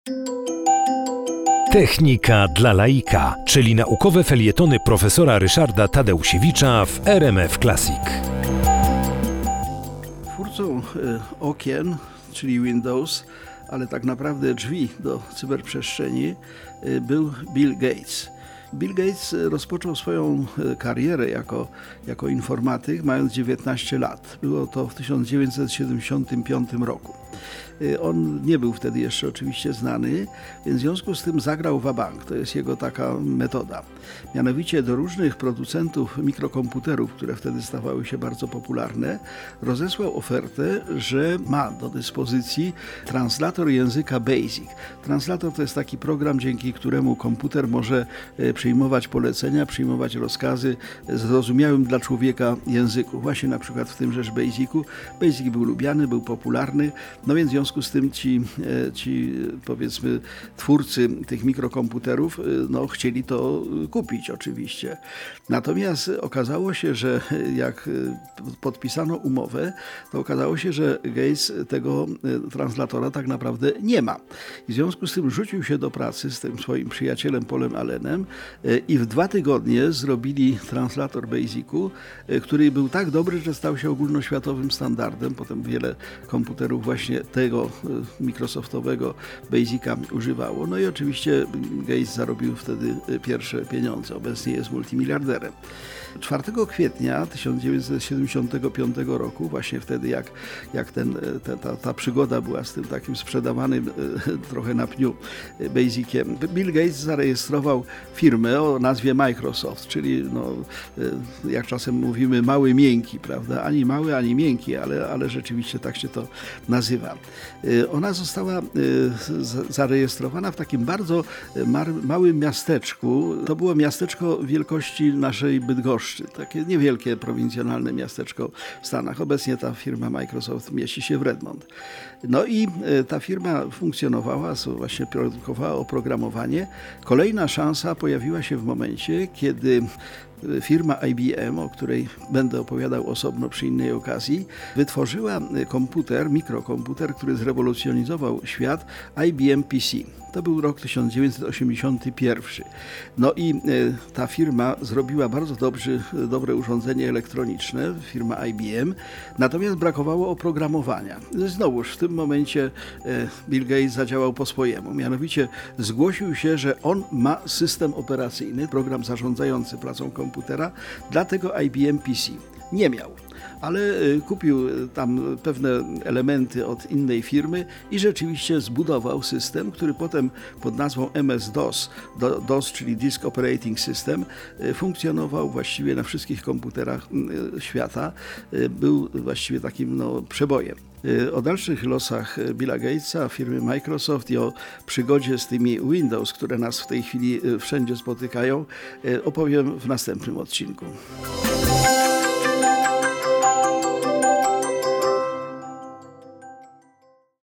Technika dla laika, czyli naukowe felietony profesora Ryszarda Tadeusiewicza w RMF Classic. Twórcą okien, czyli Windows, ale tak naprawdę drzwi do cyberprzestrzeni był Bill Gates. Bill Gates rozpoczął swoją karierę jako informatyk mając 19 lat. Było to w 1975 roku. On nie był wtedy jeszcze oczywiście znany, więc w związku z tym zagrał wabank. To jest jego taka metoda. Mianowicie do różnych producentów mikrokomputerów, które wtedy stawały się bardzo popularne, rozesłał ofertę, że ma do dyspozycji translator języka BASIC. Translator to jest taki program, dzięki któremu komputer może przyjmować polecenia, przyjmować rozkazy w zrozumiałym dla człowieka języku. Właśnie na przykład w tymżeż BASIC-u. BASIC był lubiany, był popularny, no więc w związku z tym ci powiedzmy twórcy tych mikrokomputerów chcieli to kupić oczywiście. Natomiast okazało się, że jak podpisano umowę, to okazało się, że Gates tego translatora tak naprawdę nie ma. I w związku z tym rzucił się do pracy z tym swoim przyjacielem Polem Allenem i w 2 tygodnie zrobili translator BASIC-u, który był tak dobry, że stał się ogólnoświatowym standardem. Potem wiele komputerów właśnie tego Microsoftowego BASIC-a używało. No i oczywiście Gates zarobił wtedy pierwsze pieniądze. Obecnie jest multimiliarderem. 4 kwietnia 1975 roku, właśnie wtedy jak ta przygoda była z tym takim sprzedawanym trochę na pniu BASIC-iem, Bill Gates zarejestrował firmę o nazwie Microsoft, czyli jak czasem mówimy, mały miękki, prawda? Ani mały, ani miękki, ale rzeczywiście tak się to nazywa. Ona została zarejestrowana w takim bardzo małym miasteczku. To było miasteczko wielkości naszej Bydgoszczy. Takie niewielkie, prowincjonalne miasteczko w Stanach. Obecnie ta firma Microsoft mieści się w Redmond. No i ta firma funkcjonowała, właśnie produkowała oprogramowanie. Kolejna szansa pojawiła się w momencie, kiedy firma IBM, o której będę opowiadał osobno przy innej okazji, wytworzyła mikrokomputer, który zrewolucjonizował świat, IBM PC. To był rok 1981. No i ta firma zrobiła bardzo dobre urządzenie elektroniczne, firma IBM, natomiast brakowało oprogramowania. Znowuż w tym momencie Bill Gates zadziałał po swojemu. Mianowicie zgłosił się, że on ma system operacyjny, program zarządzający pracą komputera dla tego IBM PC. Nie miał, ale kupił tam pewne elementy od innej firmy i rzeczywiście zbudował system, który potem pod nazwą MS-DOS, DOS, czyli Disk Operating System, funkcjonował właściwie na wszystkich komputerach świata. Był właściwie takim przebojem. O dalszych losach Billa Gatesa, firmy Microsoft i o przygodzie z tymi Windows, które nas w tej chwili wszędzie spotykają, opowiem w następnym odcinku.